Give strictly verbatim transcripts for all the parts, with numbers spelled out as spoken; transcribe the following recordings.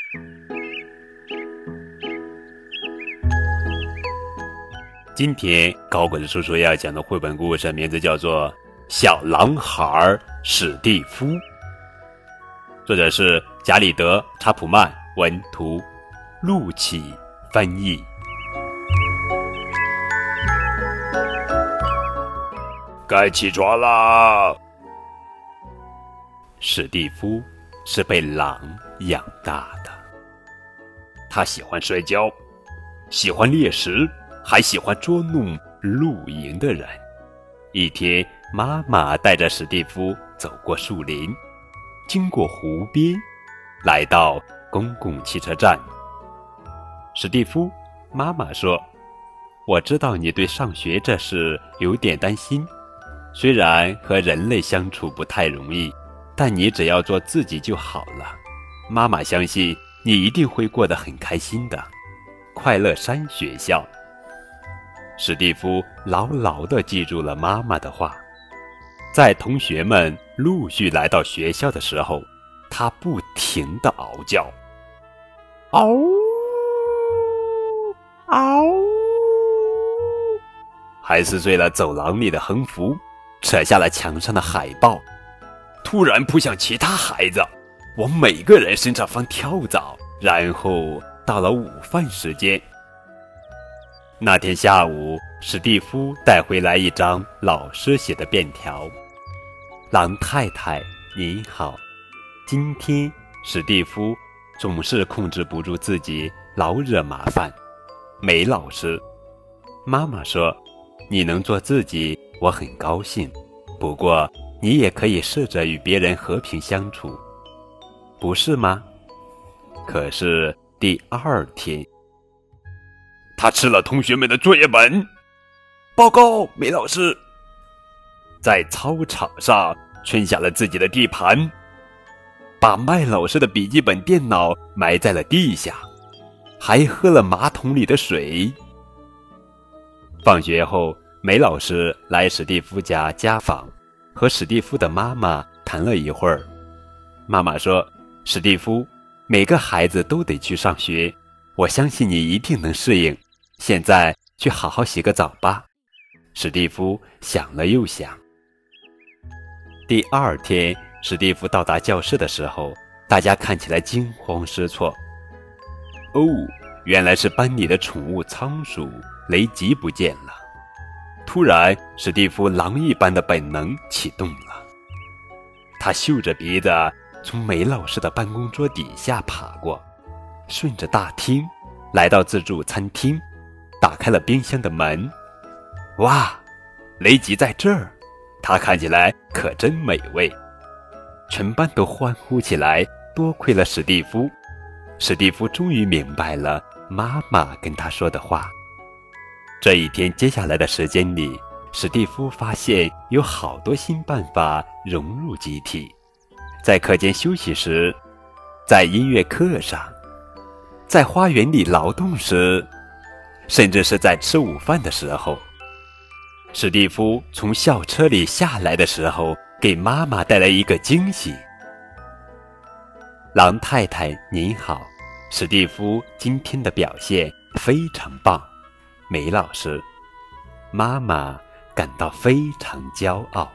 今天高个子叔叔要讲的绘本故事名字叫做《小狼孩史蒂夫》，作者是贾里德·查普曼，文图，陆启翻译。该起床啦！史蒂夫是被狼养大的，他喜欢摔跤，喜欢猎食，还喜欢捉弄露营的人。一天，妈妈带着史蒂夫走过树林，经过湖边，来到公共汽车站。史蒂夫，妈妈说，我知道你对上学这事有点担心，虽然和人类相处不太容易，但你只要做自己就好了。妈妈相信你一定会过得很开心的。快乐山学校。史蒂夫牢牢地记住了妈妈的话。在同学们陆续来到学校的时候，他不停地嗷叫，嗷嗷，还撕碎了走廊里的横幅，扯下了墙上的海报，突然扑向其他孩子，往每个人身上放跳蚤。然后到了午饭时间，那天下午，史蒂夫带回来一张老师写的便条。狼太太您好，今天史蒂夫总是控制不住自己，老惹麻烦。梅老师，妈妈说，你能做自己，我很高兴，不过你也可以试着与别人和平相处，不是吗？可是第二天，他吃了同学们的作业本。报告，梅老师。在操场上圈下了自己的地盘，把麦老师的笔记本电脑埋在了地下，还喝了马桶里的水。放学后，梅老师来史蒂夫家家访，和史蒂夫的妈妈谈了一会儿。妈妈说，史蒂夫，每个孩子都得去上学，我相信你一定能适应。现在去好好洗个澡吧。史蒂夫想了又想。第二天，史蒂夫到达教室的时候，大家看起来惊慌失措。哦，原来是班里的宠物仓鼠雷吉不见了。突然，史蒂夫狼一般的本能启动了，他嗅着鼻子从梅老师的办公桌底下爬过，顺着大厅来到自助餐厅，打开了冰箱的门。哇，雷吉在这儿，他看起来可真美味。全班都欢呼起来，多亏了史蒂夫。史蒂夫终于明白了妈妈跟他说的话。这一天接下来的时间里，史蒂夫发现有好多新办法融入集体。在课间休息时，在音乐课上，在花园里劳动时，甚至是在吃午饭的时候。史蒂夫从校车里下来的时候，给妈妈带来一个惊喜。狼太太您好，史蒂夫今天的表现非常棒。梅老师，妈妈感到非常骄傲。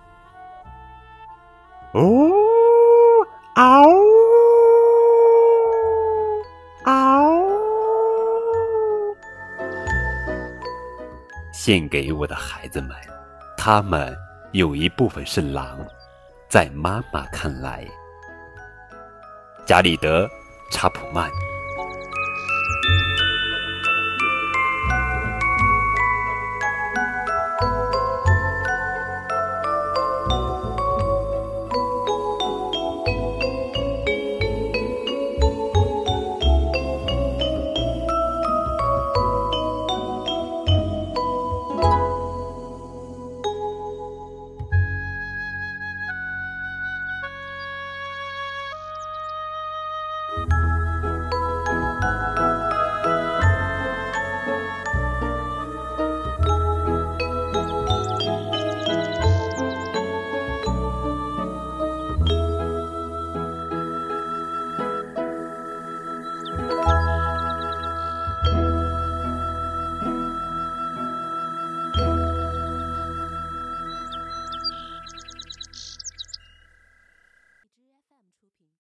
哦，嗷嗷，献给我的孩子们，他们有一部分是狼，在妈妈看来。贾里德·查普曼。